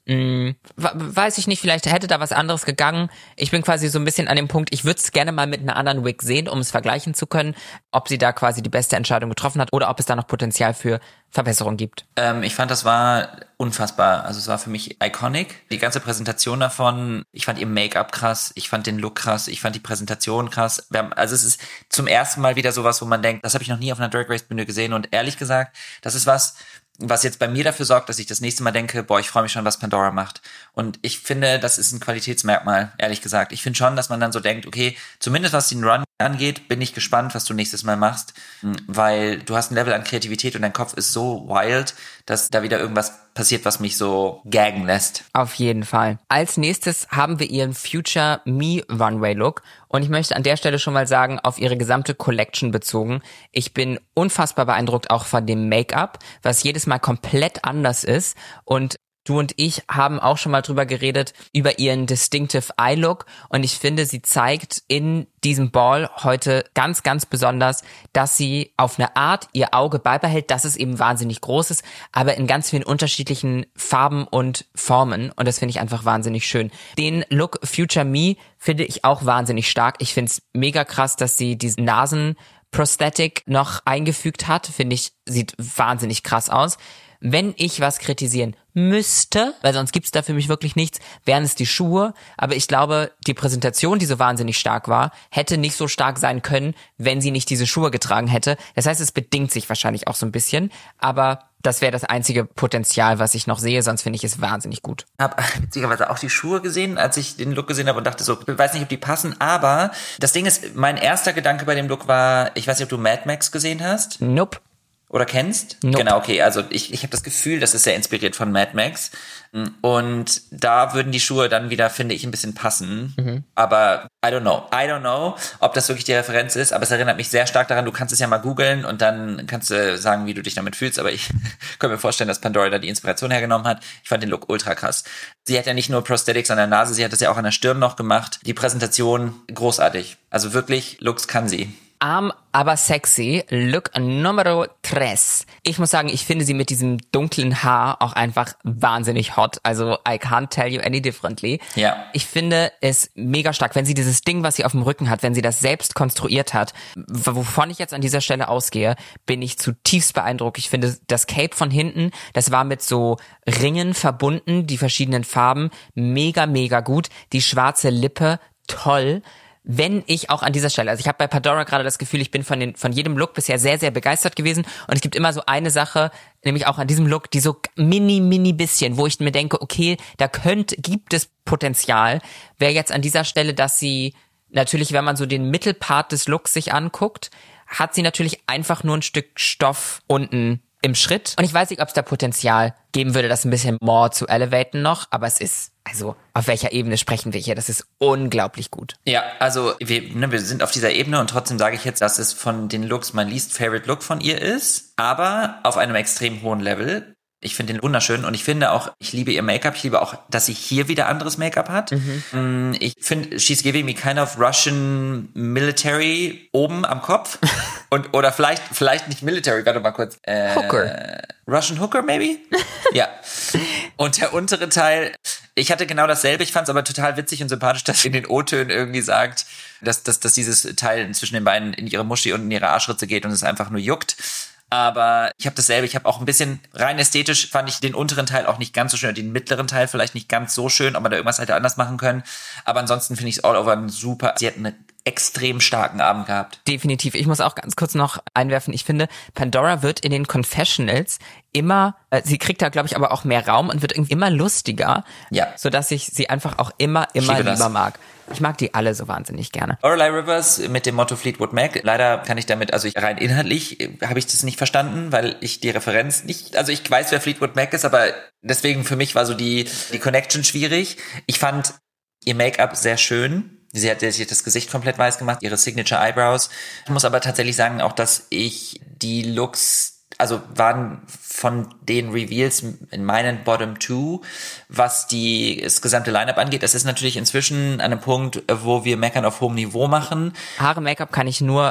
Weiß ich nicht, vielleicht hätte da was anderes gegangen. Ich bin quasi so ein bisschen an dem Punkt, ich würde es gerne mal mit einer anderen Wig sehen, um es vergleichen zu können, ob sie da quasi die beste Entscheidung getroffen hat oder ob es da noch Potenzial für Verbesserung gibt. Ich fand, das war unfassbar. Also es war für mich iconic. Die ganze Präsentation davon, ich fand ihr Make-up krass, ich fand den Look krass, ich fand die Präsentation krass. Also es ist zum ersten Mal wieder sowas, wo man denkt, das habe ich noch nie auf einer Drag Race Bühne gesehen und ehrlich gesagt, das ist was jetzt bei mir dafür sorgt, dass ich das nächste Mal denke, boah, ich freue mich schon, was Pandora macht. Und ich finde, das ist ein Qualitätsmerkmal, ehrlich gesagt. Ich finde schon, dass man dann so denkt, okay, zumindest was den Run angeht, bin ich gespannt, was du nächstes Mal machst, weil du hast ein Level an Kreativität und dein Kopf ist so wild, dass da wieder irgendwas passiert, was mich so gaggen lässt. Auf jeden Fall. Als nächstes haben wir ihren Future Me Runway Look und ich möchte an der Stelle schon mal sagen, auf ihre gesamte Collection bezogen, ich bin unfassbar beeindruckt auch von dem Make-up, was jedes Mal komplett anders ist und du und ich haben auch schon mal drüber geredet, über ihren Distinctive Eye Look und ich finde, sie zeigt in diesem Ball heute ganz, ganz besonders, dass sie auf eine Art ihr Auge beibehält, dass es eben wahnsinnig groß ist, aber in ganz vielen unterschiedlichen Farben und Formen und das finde ich einfach wahnsinnig schön. Den Look Future Me finde ich auch wahnsinnig stark. Ich finde es mega krass, dass sie diesen Nasen-Prosthetic noch eingefügt hat, finde ich, sieht wahnsinnig krass aus. Wenn ich was kritisieren müsste, weil sonst gibt's da für mich wirklich nichts, wären es die Schuhe. Aber ich glaube, die Präsentation, die so wahnsinnig stark war, hätte nicht so stark sein können, wenn sie nicht diese Schuhe getragen hätte. Das heißt, es bedingt sich wahrscheinlich auch so ein bisschen. Aber das wäre das einzige Potenzial, was ich noch sehe. Sonst finde ich es wahnsinnig gut. Ich habe witzigerweise auch die Schuhe gesehen, als ich den Look gesehen habe und dachte so, ich weiß nicht, ob die passen. Aber das Ding ist, mein erster Gedanke bei dem Look war, ich weiß nicht, ob du Mad Max gesehen hast. Nope. Oder kennst? Nope. Genau, okay. Also ich habe das Gefühl, das ist sehr inspiriert von Mad Max. Und da würden die Schuhe dann wieder, finde ich, ein bisschen passen. Aber I don't know, ob das wirklich die Referenz ist. Aber es erinnert mich sehr stark daran, du kannst es ja mal googeln und dann kannst du sagen, wie du dich damit fühlst. Aber ich kann mir vorstellen, dass Pandora da die Inspiration hergenommen hat. Ich fand den Look ultra krass. Sie hat ja nicht nur Prosthetics an der Nase, sie hat das ja auch an der Stirn noch gemacht. Die Präsentation großartig. Also wirklich, Looks kann sie. Arm, aber sexy. Look Numero 3. Ich muss sagen, ich finde sie mit diesem dunklen Haar auch einfach wahnsinnig hot. Also I can't tell you any differently. Ja. Ich finde es mega stark, wenn sie dieses Ding, was sie auf dem Rücken hat, wenn sie das selbst konstruiert hat, wovon ich jetzt an dieser Stelle ausgehe, bin ich zutiefst beeindruckt. Ich finde das Cape von hinten, das war mit so Ringen verbunden, die verschiedenen Farben, mega, mega gut. Die schwarze Lippe, toll. Wenn ich auch an dieser Stelle, also ich habe bei Pandora gerade das Gefühl, ich bin von jedem Look bisher sehr, sehr begeistert gewesen und es gibt immer so eine Sache, nämlich auch an diesem Look, die so mini bisschen, wo ich mir denke, okay, gibt es Potenzial, wäre jetzt an dieser Stelle, dass sie natürlich, wenn man so den Mittelpart des Looks sich anguckt, hat sie natürlich einfach nur ein Stück Stoff unten im Schritt. Und ich weiß nicht, ob es da Potenzial geben würde, das ein bisschen more zu elevaten noch, aber es ist, also auf welcher Ebene sprechen wir hier? Das ist unglaublich gut. Ja, also wir sind auf dieser Ebene und trotzdem sage ich jetzt, dass es von den Looks mein least favorite Look von ihr ist, aber auf einem extrem hohen Level. Ich finde den wunderschön und ich finde auch, ich liebe ihr Make-up, ich liebe auch, dass sie hier wieder anderes Make-up hat. Ich finde, she's giving me kind of Russian military oben am Kopf oder vielleicht nicht military, warte mal kurz. Hooker. Russian Hooker maybe? Ja. Und der untere Teil, ich hatte genau dasselbe, ich fand es aber total witzig und sympathisch, dass sie in den O-Tönen irgendwie sagt, dass dieses Teil zwischen den Beinen in ihre Muschi und in ihre Arschritze geht und es einfach nur juckt. Aber ich habe dasselbe, ich habe auch ein bisschen, rein ästhetisch fand ich den unteren Teil auch nicht ganz so schön, den mittleren Teil vielleicht nicht ganz so schön, ob man da irgendwas hätte anders machen können. Aber ansonsten finde ich es all over super, sie hat einen extrem starken Abend gehabt. Definitiv. Ich muss auch ganz kurz noch einwerfen, ich finde, Pandora wird in den Confessionals immer, sie kriegt da glaube ich aber auch mehr Raum und wird irgendwie immer lustiger, ja, sodass ich sie einfach auch immer lieber mag. Ich mag die alle so wahnsinnig gerne. Lorelei Rivers mit dem Motto Fleetwood Mac. Leider kann ich damit, also rein inhaltlich habe ich das nicht verstanden, weil ich die Referenz nicht, also ich weiß, wer Fleetwood Mac ist, aber deswegen für mich war so die Connection schwierig. Ich fand ihr Make-up sehr schön. Sie hat sich das Gesicht komplett weiß gemacht, ihre Signature Eyebrows. Ich muss aber tatsächlich sagen auch, dass ich die Looks, also waren von den Reveals in meinen Bottom 2, was das gesamte Line-Up angeht. Es ist natürlich inzwischen an einem Punkt, wo wir Meckern auf hohem Niveau machen. Haare, Make-up kann ich nur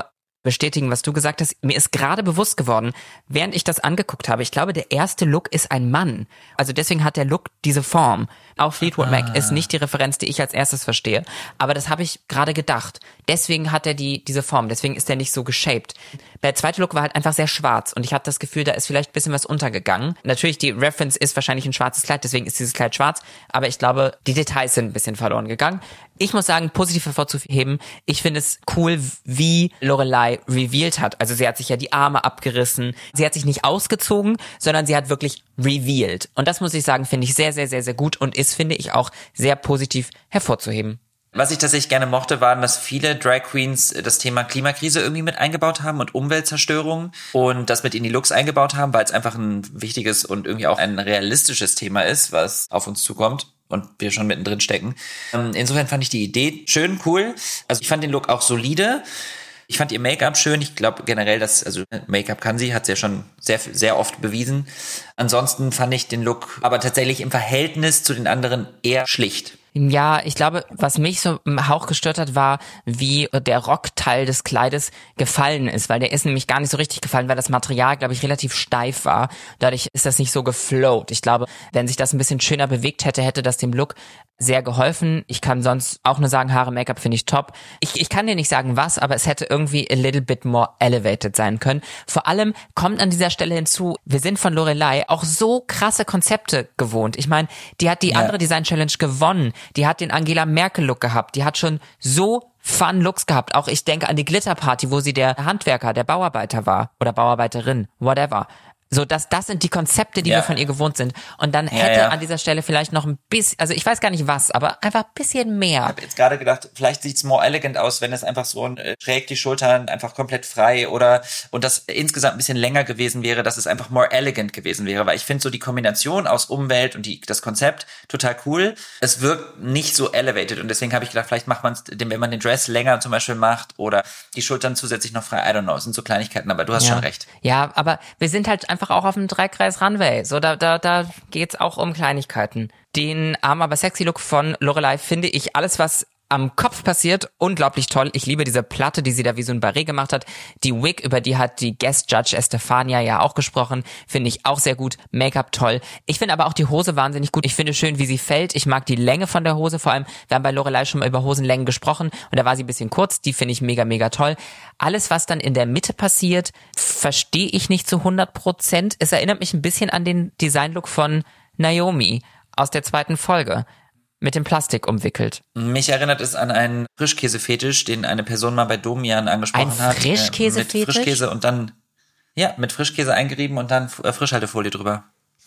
bestätigen, was du gesagt hast. Mir ist gerade bewusst geworden, während ich das angeguckt habe, ich glaube, der erste Look ist ein Mann. Also deswegen hat der Look diese Form. Auch Fleetwood Mac ist nicht die Referenz, die ich als erstes verstehe. Aber das habe ich gerade gedacht. Deswegen hat er diese Form. Deswegen ist er nicht so geshaped. Der zweite Look war halt einfach sehr schwarz. Und ich hatte das Gefühl, da ist vielleicht ein bisschen was untergegangen. Natürlich, die Reference ist wahrscheinlich ein schwarzes Kleid. Deswegen ist dieses Kleid schwarz. Aber ich glaube, die Details sind ein bisschen verloren gegangen. Ich muss sagen, positiv hervorzuheben, ich finde es cool, wie Lorelei revealed hat. Also sie hat sich ja die Arme abgerissen. Sie hat sich nicht ausgezogen, sondern sie hat wirklich revealed. Und das muss ich sagen, finde ich sehr, sehr, sehr, sehr gut und ist, finde ich, auch sehr positiv hervorzuheben. Was ich tatsächlich gerne mochte, waren, dass viele Drag Queens das Thema Klimakrise irgendwie mit eingebaut haben und Umweltzerstörung und das mit in die Looks eingebaut haben, weil es einfach ein wichtiges und irgendwie auch ein realistisches Thema ist, was auf uns zukommt und wir schon mittendrin stecken. Insofern fand ich die Idee schön, cool. Also ich fand den Look auch solide. Ich fand ihr Make-up schön. Ich glaube generell, also Make-up kann sie, hat sie ja schon sehr, sehr oft bewiesen. Ansonsten fand ich den Look aber tatsächlich im Verhältnis zu den anderen eher schlicht. Ja, ich glaube, was mich so im Hauch gestört hat, war, wie der Rockteil des Kleides gefallen ist, weil der ist nämlich gar nicht so richtig gefallen, weil das Material, glaube ich, relativ steif war. Dadurch ist das nicht so geflowt. Ich glaube, wenn sich das ein bisschen schöner bewegt hätte, hätte das dem Look sehr geholfen. Ich kann sonst auch nur sagen, Haare, Make-up finde ich top. Ich kann dir nicht sagen was, aber es hätte irgendwie a little bit more elevated sein können. Vor allem kommt an dieser Stelle hinzu, wir sind von Lorelei auch so krasse Konzepte gewohnt. Ich meine, die hat die andere Design Challenge gewonnen. Die hat den Angela Merkel Look gehabt. Die hat schon so fun Looks gehabt. Auch ich denke an die Glitterparty, wo sie der Handwerker, der Bauarbeiter war oder Bauarbeiterin, whatever. So, das sind die Konzepte, die wir von ihr gewohnt sind. Und dann hätte an dieser Stelle vielleicht noch ein bisschen, also ich weiß gar nicht was, aber einfach ein bisschen mehr. Ich habe jetzt gerade gedacht, vielleicht sieht's more elegant aus, wenn es einfach so schräg die Schultern einfach komplett frei und das insgesamt ein bisschen länger gewesen wäre, dass es einfach more elegant gewesen wäre, weil ich finde so die Kombination aus Umwelt und das Konzept total cool. Es wirkt nicht so elevated und deswegen habe ich gedacht, vielleicht macht man es, wenn man den Dress länger zum Beispiel macht oder die Schultern zusätzlich noch frei, I don't know, es sind so Kleinigkeiten, aber du hast schon recht. Ja, aber wir sind halt einfach auch auf dem Dreikreis-Runway. So, da geht's auch um Kleinigkeiten. Den arm aber sexy Look von Lorelei finde ich alles, was am Kopf passiert, unglaublich toll. Ich liebe diese Platte, die sie da wie so ein Barret gemacht hat. Die Wig, über die hat die Guest Judge Estefania ja auch gesprochen, finde ich auch sehr gut. Make-up toll. Ich finde aber auch die Hose wahnsinnig gut. Ich finde schön, wie sie fällt. Ich mag die Länge von der Hose. Vor allem, wir haben bei Lorelei schon mal über Hosenlängen gesprochen und da war sie ein bisschen kurz. Die finde ich mega, mega toll. Alles, was dann in der Mitte passiert, verstehe ich nicht zu 100%. Es erinnert mich ein bisschen an den Designlook von Naomi aus der 2. Folge. Mit dem Plastik umwickelt. Mich erinnert es an einen Frischkäsefetisch, den eine Person mal bei Domian angesprochen hat. Ein Frischkäsefetisch? Mit Frischkäse und dann, mit Frischkäse eingerieben und dann Frischhaltefolie drüber.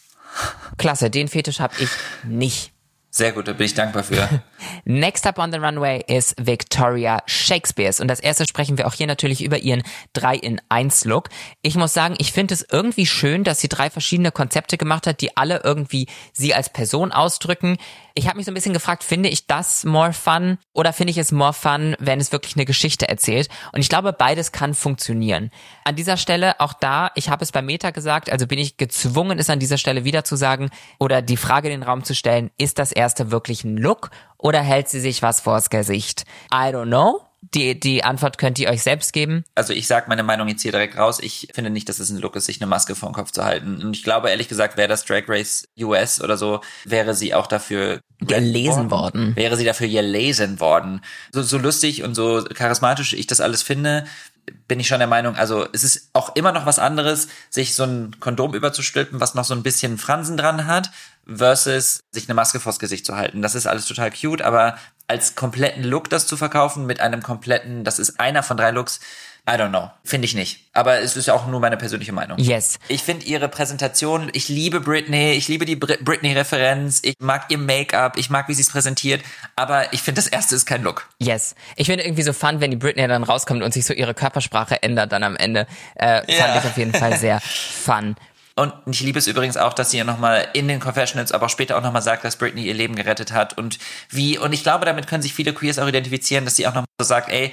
Klasse, den Fetisch habe ich nicht. Sehr gut, da bin ich dankbar für. Next up on the runway ist Victoria Shakespeare. Und als erstes sprechen wir auch hier natürlich über ihren 3-in-1-Look. Ich muss sagen, ich finde es irgendwie schön, dass sie 3 verschiedene Konzepte gemacht hat, die alle irgendwie sie als Person ausdrücken. Ich habe mich so ein bisschen gefragt, finde ich das more fun oder finde ich es more fun, wenn es wirklich eine Geschichte erzählt? Und ich glaube, beides kann funktionieren. An dieser Stelle, auch da, ich habe es bei Meta gesagt, also bin ich gezwungen, es an dieser Stelle wieder zu sagen oder die Frage in den Raum zu stellen, ist das erste wirklich ein Look oder hält sie sich was vors Gesicht? I don't know. Die Antwort könnt ihr euch selbst geben. Also ich sag meine Meinung jetzt hier direkt raus. Ich finde nicht, dass es ein Look ist, sich eine Maske vor den Kopf zu halten. Und ich glaube, ehrlich gesagt, wäre das Drag Race US oder so, wäre sie auch dafür gelesen worden. Wäre sie dafür gelesen worden. So lustig und so charismatisch ich das alles finde, bin ich schon der Meinung, also es ist auch immer noch was anderes, sich so ein Kondom überzustülpen, was noch so ein bisschen Fransen dran hat, versus sich eine Maske vors Gesicht zu halten. Das ist alles total cute, aber als kompletten Look das zu verkaufen mit einem kompletten, das ist einer von 3 Looks, I don't know. Finde ich nicht. Aber es ist ja auch nur meine persönliche Meinung. Yes. Ich finde ihre Präsentation, ich liebe Britney, ich liebe die Britney-Referenz, ich mag ihr Make-up, ich mag, wie sie es präsentiert, aber ich finde, das erste ist kein Look. Yes. Ich finde irgendwie so fun, wenn die Britney dann rauskommt und sich so ihre Körpersprache ändert dann am Ende. Fand ich auf jeden Fall sehr fun. Und ich liebe es übrigens auch, dass sie ja nochmal in den Confessionals, aber auch später auch nochmal sagt, dass Britney ihr Leben gerettet hat und ich glaube, damit können sich viele Queers auch identifizieren, dass sie auch nochmal so sagt, ey,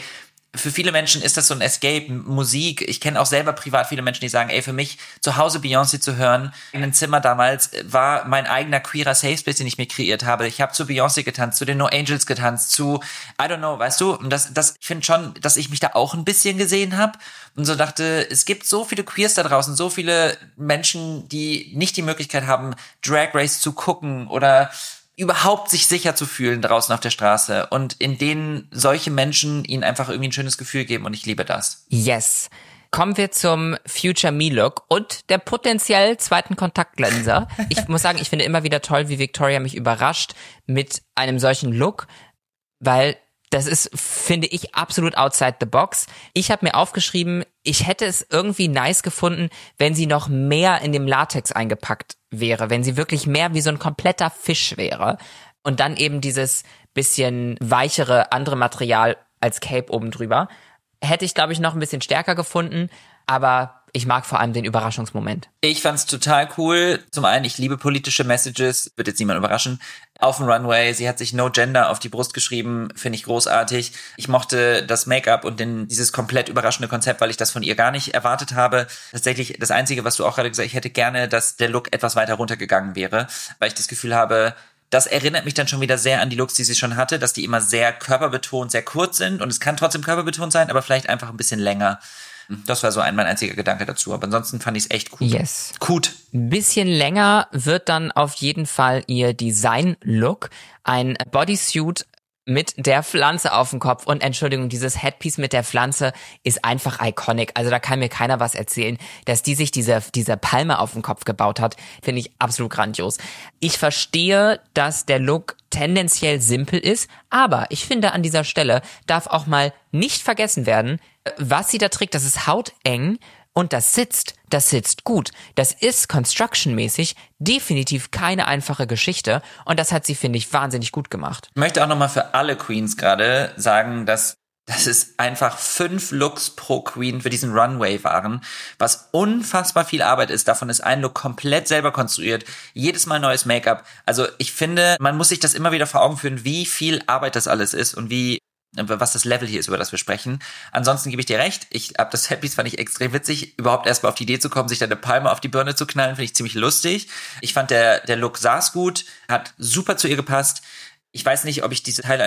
für viele Menschen ist das so ein Escape, Musik. Ich kenne auch selber privat viele Menschen, die sagen, ey, für mich zu Hause Beyoncé zu hören, in einem Zimmer damals, war mein eigener queerer Safe Space, den ich mir kreiert habe. Ich habe zu Beyoncé getanzt, zu den No Angels getanzt, zu, I don't know, weißt du? Und ich finde schon, dass ich mich da auch ein bisschen gesehen habe und so dachte, es gibt so viele Queers da draußen, so viele Menschen, die nicht die Möglichkeit haben, Drag Race zu gucken oder überhaupt sich sicher zu fühlen draußen auf der Straße und in denen solche Menschen ihnen einfach irgendwie ein schönes Gefühl geben und ich liebe das. Yes. Kommen wir zum Future Me Look und der potenziell zweiten Kontaktlinse. Ich muss sagen, ich finde immer wieder toll, wie Victoria mich überrascht mit einem solchen Look, weil das ist, finde ich, absolut outside the box. Ich habe mir aufgeschrieben, ich hätte es irgendwie nice gefunden, wenn sie noch mehr in dem Latex eingepackt wäre, wenn sie wirklich mehr wie so ein kompletter Fisch wäre und dann eben dieses bisschen weichere andere Material als Cape oben drüber. Hätte ich, glaube ich, noch ein bisschen stärker gefunden, aber ich mag vor allem den Überraschungsmoment. Ich fand's total cool. Zum einen, ich liebe politische Messages, wird jetzt niemand überraschen. Auf dem Runway, sie hat sich No Gender auf die Brust geschrieben, finde ich großartig. Ich mochte das Make-up und dieses komplett überraschende Konzept, weil ich das von ihr gar nicht erwartet habe. Tatsächlich das Einzige, was du auch gerade gesagt hast, ich hätte gerne, dass der Look etwas weiter runtergegangen wäre, weil ich das Gefühl habe, das erinnert mich dann schon wieder sehr an die Looks, die sie schon hatte, dass die immer sehr körperbetont, sehr kurz sind und es kann trotzdem körperbetont sein, aber vielleicht einfach ein bisschen länger. Das war so mein einziger Gedanke dazu. Aber ansonsten fand ich es echt gut. Yes. Gut. Ein bisschen länger wird dann auf jeden Fall ihr Design-Look. Ein Bodysuit mit der Pflanze auf dem Kopf. Und Entschuldigung, dieses Headpiece mit der Pflanze ist einfach iconic. Also da kann mir keiner was erzählen. Dass die sich diese Palme auf dem Kopf gebaut hat, finde ich absolut grandios. Ich verstehe, dass der Look tendenziell simpel ist, aber ich finde, an dieser Stelle darf auch mal nicht vergessen werden, was sie da trägt. Das ist hauteng und das sitzt gut. Das ist construction-mäßig definitiv keine einfache Geschichte und das hat sie, finde ich, wahnsinnig gut gemacht. Ich möchte auch nochmal für alle Queens gerade sagen, dass es einfach 5 Looks pro Queen für diesen Runway waren, was unfassbar viel Arbeit ist. Davon ist ein Look komplett selber konstruiert, jedes Mal neues Make-up. Also ich finde, man muss sich das immer wieder vor Augen führen, wie viel Arbeit das alles ist und was das Level hier ist, über das wir sprechen. Ansonsten gebe ich dir recht, das Headpiece fand ich extrem witzig, überhaupt erstmal auf die Idee zu kommen, sich da eine Palme auf die Birne zu knallen, finde ich ziemlich lustig. Ich fand, der Look saß gut, hat super zu ihr gepasst. Ich weiß nicht, ob ich diese Teile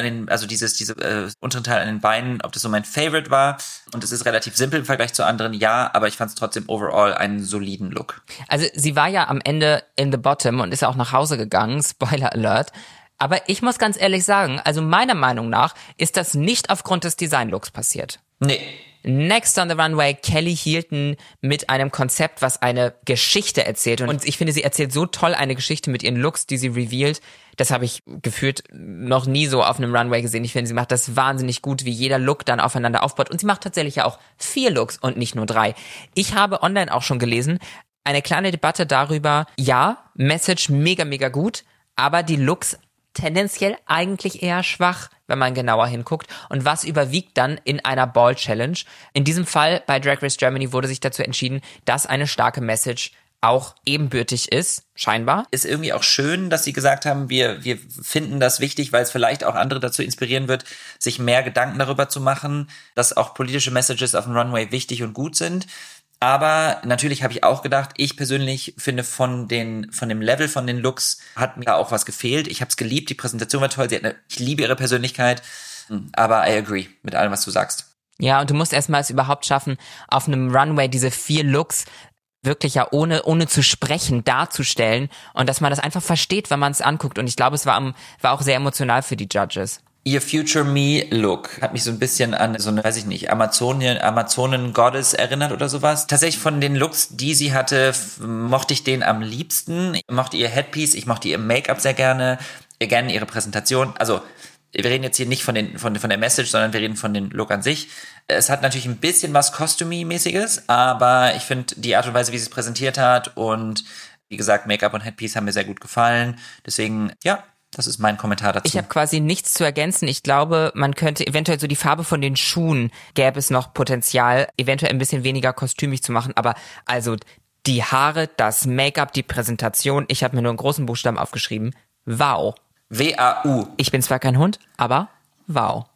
unteren Teil an den Beinen, ob das so mein Favorite war. Und es ist relativ simpel im Vergleich zu anderen, ja, aber ich fand es trotzdem overall einen soliden Look. Also sie war ja am Ende in the bottom und ist ja auch nach Hause gegangen, Spoiler Alert. Aber ich muss ganz ehrlich sagen, also meiner Meinung nach ist das nicht aufgrund des Design-Looks passiert. Nee. Next on the Runway, Kelly Hilton mit einem Konzept, was eine Geschichte erzählt. Und ich finde, sie erzählt so toll eine Geschichte mit ihren Looks, die sie revealed. Das habe ich gefühlt noch nie so auf einem Runway gesehen. Ich finde, sie macht das wahnsinnig gut, wie jeder Look dann aufeinander aufbaut. Und sie macht tatsächlich ja auch 4 Looks und nicht nur 3. Ich habe online auch schon gelesen, eine kleine Debatte darüber, ja, Message mega, mega gut, aber die Looks tendenziell eigentlich eher schwach, wenn man genauer hinguckt. Und was überwiegt dann in einer Ball Challenge? In diesem Fall bei Drag Race Germany wurde sich dazu entschieden, dass eine starke Message auch ebenbürtig ist, scheinbar. Ist irgendwie auch schön, dass sie gesagt haben, wir finden das wichtig, weil es vielleicht auch andere dazu inspirieren wird, sich mehr Gedanken darüber zu machen, dass auch politische Messages auf dem Runway wichtig und gut sind. Aber natürlich habe ich auch gedacht, ich persönlich finde von dem Level von den Looks hat mir auch was gefehlt. Ich habe es geliebt, die Präsentation war toll, ich liebe ihre Persönlichkeit, aber I agree mit allem, was du sagst. Ja, und du musst erstmal es überhaupt schaffen, auf einem Runway diese 4 Looks wirklich ja ohne zu sprechen darzustellen und dass man das einfach versteht, wenn man es anguckt. Und ich glaube, es war auch sehr emotional für die Judges. Ihr Future Me Look hat mich so ein bisschen an so eine, weiß ich nicht, Amazonen-Goddess erinnert oder sowas. Tatsächlich von den Looks, die sie hatte, mochte ich den am liebsten. Ich mochte ihr Headpiece, ich mochte ihr Make-up sehr gerne ihre Präsentation. Also wir reden jetzt hier nicht von der Message, sondern wir reden von dem Look an sich. Es hat natürlich ein bisschen was Costumey-mäßiges, aber ich finde die Art und Weise, wie sie es präsentiert hat und wie gesagt, Make-up und Headpiece haben mir sehr gut gefallen. Deswegen, ja, das ist mein Kommentar dazu. Ich habe quasi nichts zu ergänzen. Ich glaube, man könnte eventuell so die Farbe von den Schuhen, gäbe es noch Potenzial, eventuell ein bisschen weniger kostümig zu machen. Aber also die Haare, das Make-up, die Präsentation, ich habe mir nur in großen Buchstaben aufgeschrieben. Wow. W-A-U. Ich bin zwar kein Hund, aber wow.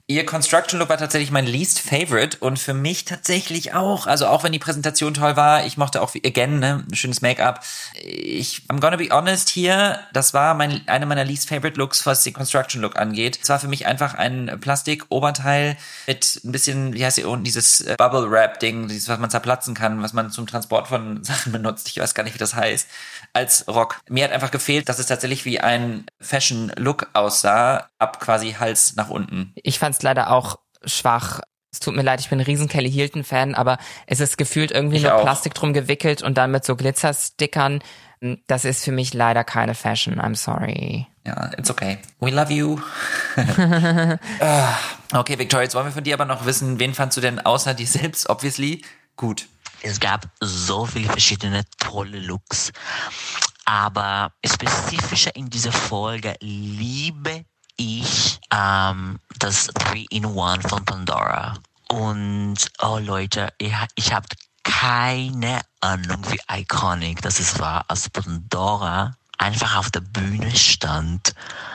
Ihr Construction Look war tatsächlich mein least favorite und für mich tatsächlich auch. Also auch wenn die Präsentation toll war, ich mochte auch, again, ne, schönes Make-up. I'm gonna be honest hier, das war eine meiner least favorite Looks, was den Construction Look angeht. Es war für mich einfach ein Plastik-Oberteil mit ein bisschen, wie heißt hier unten, dieses Bubble-Wrap-Ding, dieses, was man zerplatzen kann, was man zum Transport von Sachen benutzt. Ich weiß gar nicht, wie das heißt. Als Rock. Mir hat einfach gefehlt, dass es tatsächlich wie ein Fashion-Look aussah, ab quasi Hals nach unten. Ich fand's leider auch schwach. Es tut mir leid, ich bin ein riesen Kelly Hilton-Fan, aber es ist gefühlt irgendwie nur Plastik drum gewickelt und dann mit so Glitzerstickern. Das ist für mich leider keine Fashion. I'm sorry. Ja, it's okay. We love you. Okay, Victoria, jetzt wollen wir von dir aber noch wissen, wen fandst du denn außer dir selbst, obviously, gut? Es gab so viele verschiedene tolle Looks, aber spezifischer in dieser Folge liebe ich das 3-in-1 von Pandora. Und, oh Leute, ich habe keine Ahnung, wie iconic das war, als Pandora einfach auf der Bühne stand.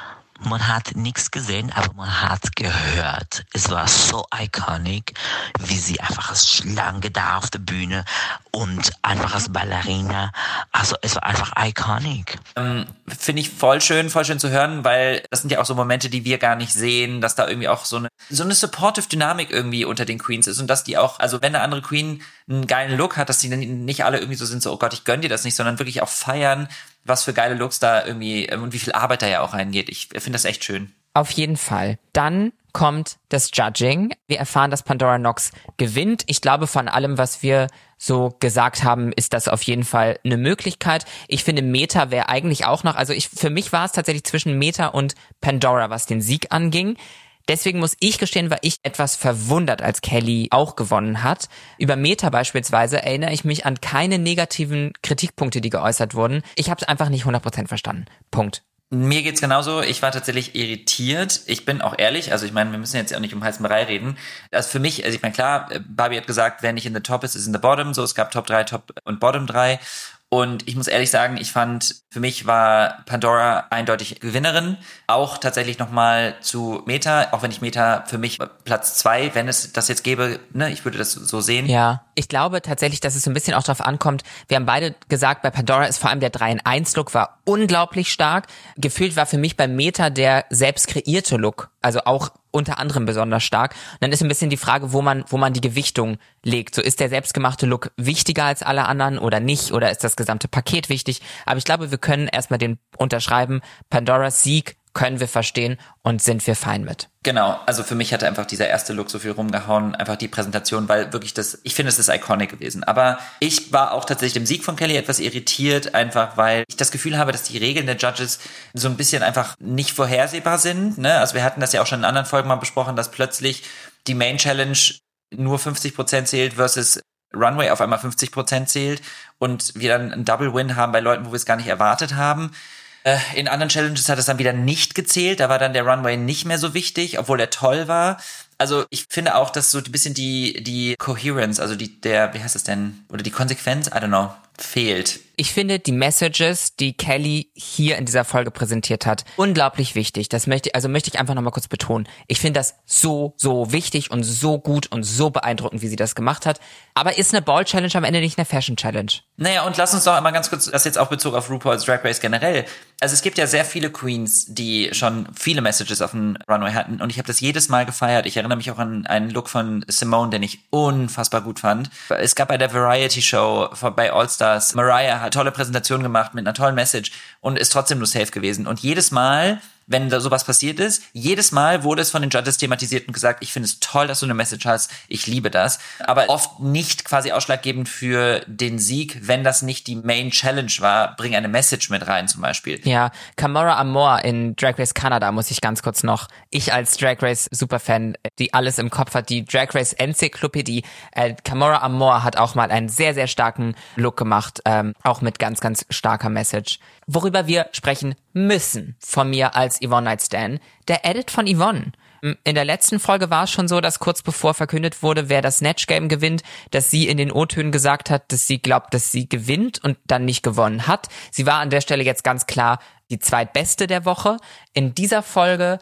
Man hat nichts gesehen, aber man hat gehört. Es war so iconic, wie sie einfach als Schlange da auf der Bühne und einfach als Ballerina. Also es war einfach iconic. Finde ich voll schön zu hören, weil das sind ja auch so Momente, die wir gar nicht sehen, dass da irgendwie auch so eine supportive Dynamik irgendwie unter den Queens ist und dass die auch, also wenn eine andere Queen einen geilen Look hat, dass die nicht alle irgendwie so sind, so, oh Gott, ich gönn dir das nicht, sondern wirklich auch feiern, was für geile Looks da irgendwie und wie viel Arbeit da ja auch reingeht. Ich finde das echt schön. Auf jeden Fall. Dann kommt das Judging. Wir erfahren, dass Pandora Knox gewinnt. Ich glaube, von allem, was wir so gesagt haben, ist das auf jeden Fall eine Möglichkeit. Ich finde, Meta wäre eigentlich auch noch, also für mich war es tatsächlich zwischen Meta und Pandora, was den Sieg anging. Deswegen muss ich gestehen, war ich etwas verwundert, als Kelly auch gewonnen hat. Über Meta beispielsweise erinnere ich mich an keine negativen Kritikpunkte, die geäußert wurden. Ich habe es einfach nicht 100% verstanden. Punkt. Mir geht's genauso. Ich war tatsächlich irritiert. Ich bin auch ehrlich, also ich meine, wir müssen jetzt ja auch nicht um heißen Brei reden. Also für mich, also ich meine, klar, Barbie hat gesagt, wer nicht in the top ist in the bottom. So, es gab Top 3, Top und Bottom 3. Und ich muss ehrlich sagen, ich fand, für mich war Pandora eindeutig Gewinnerin. Auch tatsächlich nochmal zu Meta, auch wenn ich Meta für mich Platz 2, wenn es das jetzt gäbe, ne, ich würde das so sehen. Ja, ich glaube tatsächlich, dass es so ein bisschen auch drauf ankommt. Wir haben beide gesagt, bei Pandora ist vor allem der 3-in-1-Look war unglaublich stark. Gefühlt war für mich bei Meta der selbst kreierte Look, also auch unter anderem besonders stark. Und dann ist ein bisschen die Frage, wo man die Gewichtung legt. So, ist der selbstgemachte Look wichtiger als alle anderen oder nicht? Oder ist das gesamte Paket wichtig? Aber ich glaube, wir können erstmal den unterschreiben. Pandoras Sieg können wir verstehen und sind wir fein mit. Genau, also für mich hatte einfach dieser erste Look so viel rumgehauen, einfach die Präsentation, weil wirklich ich finde, es ist iconic gewesen. Aber ich war auch tatsächlich dem Sieg von Kelly etwas irritiert, einfach weil ich das Gefühl habe, dass die Regeln der Judges so ein bisschen einfach nicht vorhersehbar sind, ne? Also wir hatten das ja auch schon in anderen Folgen mal besprochen, dass plötzlich die Main Challenge nur 50% zählt versus Runway auf einmal 50% zählt und wir dann einen Double Win haben bei Leuten, wo wir es gar nicht erwartet haben. In anderen Challenges hat es dann wieder nicht gezählt, da war dann der Runway nicht mehr so wichtig, obwohl er toll war. Also ich finde auch, dass so ein bisschen die Coherence, also wie heißt das denn, oder die Konsequenz, I don't know, fehlt. Ich finde die Messages, die Kelly hier in dieser Folge präsentiert hat, unglaublich wichtig. Das möchte ich einfach nochmal kurz betonen. Ich finde das so wichtig und so gut und so beeindruckend, wie sie das gemacht hat. Aber ist eine Ball Challenge am Ende nicht eine Fashion Challenge? Naja, und lass uns doch einmal ganz kurz, das jetzt auch Bezug auf RuPaul's Drag Race generell. Also es gibt ja sehr viele Queens, die schon viele Messages auf dem Runway hatten und ich habe das jedes Mal gefeiert. Ich erinnere mich auch an einen Look von Simone, den ich unfassbar gut fand. Es gab bei der Variety Show bei All Stars, Mariah hat tolle Präsentation gemacht mit einer tollen Message und ist trotzdem nur safe gewesen. Und jedes Mal, wenn da sowas passiert ist, jedes Mal wurde es von den Judges thematisiert und gesagt, ich finde es toll, dass du eine Message hast, ich liebe das. Aber oft nicht quasi ausschlaggebend für den Sieg, wenn das nicht die Main Challenge war, bring eine Message mit rein zum Beispiel. Ja, Kamora Amor in Drag Race Canada muss ich ganz kurz noch, ich als Drag Race Superfan, die alles im Kopf hat, die Drag Race Enzyklopädie, Kamora Amor hat auch mal einen sehr starken Look gemacht, auch mit ganz starker Message. Worüber wir sprechen müssen von mir als Yvonne Night Stan, der Edit von Yvonne. In der letzten Folge war es schon so, dass kurz bevor verkündet wurde, wer das Snatch Game gewinnt, dass sie in den O-Tönen gesagt hat, dass sie glaubt, dass sie gewinnt und dann nicht gewonnen hat. Sie war an der Stelle jetzt ganz klar die zweitbeste der Woche. In dieser Folge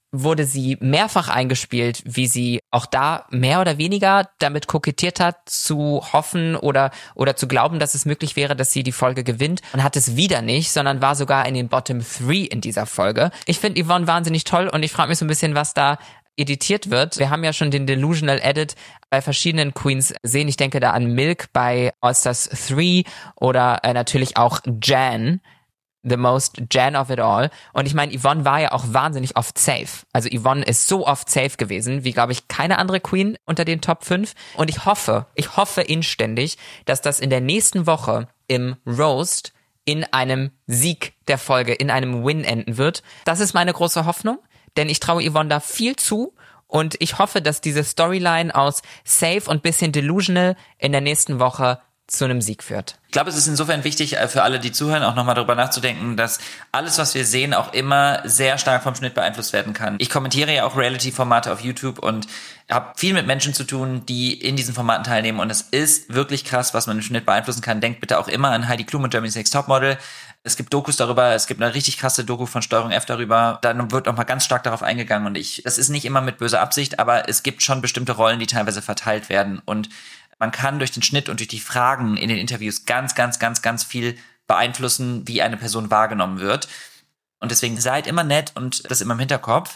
wurde sie mehrfach eingespielt, wie sie auch da mehr oder weniger damit kokettiert hat, zu hoffen oder zu glauben, dass es möglich wäre, dass sie die Folge gewinnt, und hat es wieder nicht, sondern war sogar in den Bottom 3 in dieser Folge. Ich finde Yvonne wahnsinnig toll und ich frage mich so ein bisschen, was da editiert wird. Wir haben ja schon den Delusional Edit bei verschiedenen Queens sehen. Ich denke da an Milk bei All Stars 3 oder natürlich auch Jan, the most Jan of it all. Und ich meine, Yvonne war ja auch wahnsinnig oft safe. Also Yvonne ist so oft safe gewesen, wie, glaube ich, keine andere Queen unter den Top 5. Und ich hoffe inständig, dass das in der nächsten Woche im Roast in einem Sieg der Folge, in einem Win enden wird. Das ist meine große Hoffnung, denn ich traue Yvonne da viel zu. Und ich hoffe, dass diese Storyline aus safe und bisschen delusional in der nächsten Woche zu einem Sieg führt. Ich glaube, es ist insofern wichtig für alle, die zuhören, auch nochmal darüber nachzudenken, dass alles, was wir sehen, auch immer sehr stark vom Schnitt beeinflusst werden kann. Ich kommentiere ja auch Reality-Formate auf YouTube und habe viel mit Menschen zu tun, die in diesen Formaten teilnehmen, und es ist wirklich krass, was man im Schnitt beeinflussen kann. Denkt bitte auch immer an Heidi Klum und Germany's Next Topmodel. Es gibt Dokus darüber, es gibt eine richtig krasse Doku von Steuerung F darüber. Dann wird auch mal ganz stark darauf eingegangen, und das ist nicht immer mit böser Absicht, aber es gibt schon bestimmte Rollen, die teilweise verteilt werden, und man kann durch den Schnitt und durch die Fragen in den Interviews ganz, ganz, ganz, ganz viel beeinflussen, wie eine Person wahrgenommen wird. Und deswegen seid immer nett und das immer im Hinterkopf.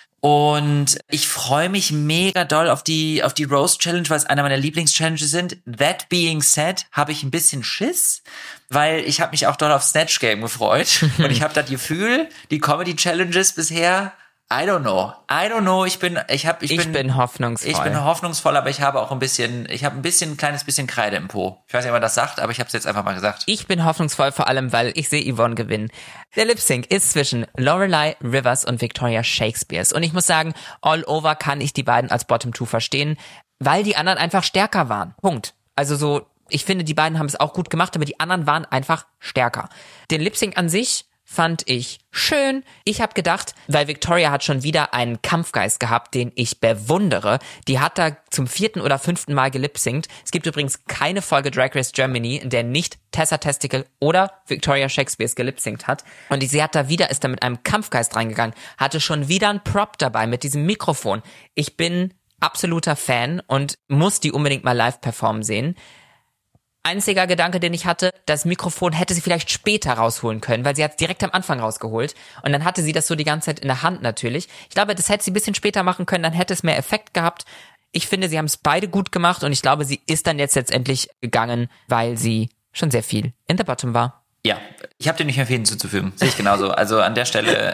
Und ich freue mich mega doll auf die Roast Challenge, weil es einer meiner Lieblings-Challenges sind. That being said, habe ich ein bisschen Schiss, weil ich habe mich auch doll auf Snatch Game gefreut. Und ich habe das Gefühl, die Comedy Challenges bisher, I don't know. Ich bin hoffnungsvoll. Ich bin hoffnungsvoll, aber ich habe auch ein kleines bisschen Kreide im Po. Ich weiß nicht, ob man das sagt, aber ich habe es jetzt einfach mal gesagt. Ich bin hoffnungsvoll, vor allem, weil ich sehe Yvonne gewinnen. Der Lip-Sync ist zwischen Lorelei Rivers und Victoria Shakespeare. Und ich muss sagen, all over kann ich die beiden als Bottom 2 verstehen, weil die anderen einfach stärker waren. Punkt. Also so, ich finde, die beiden haben es auch gut gemacht, aber die anderen waren einfach stärker. Den Lip-Sync an sich fand ich schön. Ich habe gedacht, weil Victoria hat schon wieder einen Kampfgeist gehabt, den ich bewundere. Die hat da zum 4. oder 5. Mal gelipsingt. Es gibt übrigens keine Folge Drag Race Germany, in der nicht Tessa Testicle oder Victoria Shakespeare gelipsingt hat. Und sie hat da wieder, ist da mit einem Kampfgeist reingegangen, hatte schon wieder einen Prop dabei mit diesem Mikrofon. Ich bin absoluter Fan und muss die unbedingt mal live performen sehen. Einziger Gedanke, den ich hatte, das Mikrofon hätte sie vielleicht später rausholen können, weil sie hat es direkt am Anfang rausgeholt und dann hatte sie das so die ganze Zeit in der Hand natürlich. Ich glaube, das hätte sie ein bisschen später machen können, dann hätte es mehr Effekt gehabt. Ich finde, sie haben es beide gut gemacht und ich glaube, sie ist dann jetzt letztendlich gegangen, weil sie schon sehr viel in the bottom war. Ja, ich habe dir nicht mehr viel hinzuzufügen. Sehe ich genauso. Also an der Stelle,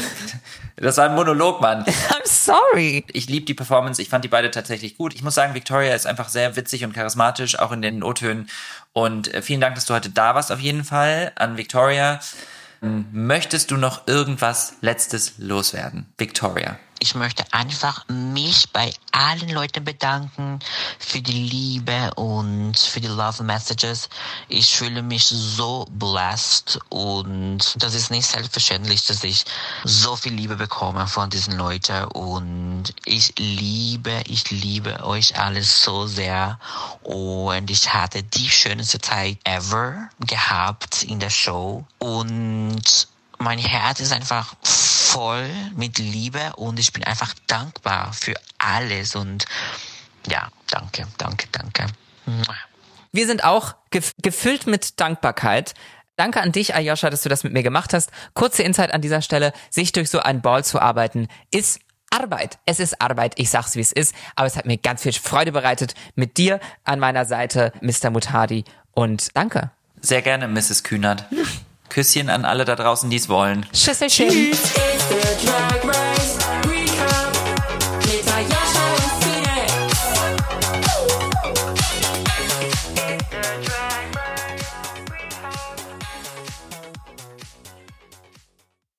das war ein Monolog, Mann. I'm sorry. Ich liebe die Performance. Ich fand die beide tatsächlich gut. Ich muss sagen, Victoria ist einfach sehr witzig und charismatisch, auch in den O-Tönen. Und vielen Dank, dass du heute da warst, auf jeden Fall, an Victoria. Möchtest du noch irgendwas Letztes loswerden, Victoria? Ich möchte einfach mich bei allen Leuten bedanken für die Liebe und für die Love Messages. Ich fühle mich so blessed und das ist nicht selbstverständlich, dass ich so viel Liebe bekomme von diesen Leuten und ich liebe euch alles so sehr und ich hatte die schönste Zeit ever gehabt in der Show und mein Herz ist einfach voll mit Liebe und ich bin einfach dankbar für alles und ja, danke. Wir sind auch gefüllt mit Dankbarkeit. Danke an dich, Aljoscha, dass du das mit mir gemacht hast. Kurze Insight an dieser Stelle, sich durch so einen Ball zu arbeiten, ist Arbeit. Es ist Arbeit, ich sag's wie es ist, aber es hat mir ganz viel Freude bereitet mit dir an meiner Seite, Mr. Muthardi, und danke. Sehr gerne, Mrs. Kühnert. Küsschen an alle da draußen, die es wollen. Tschüss.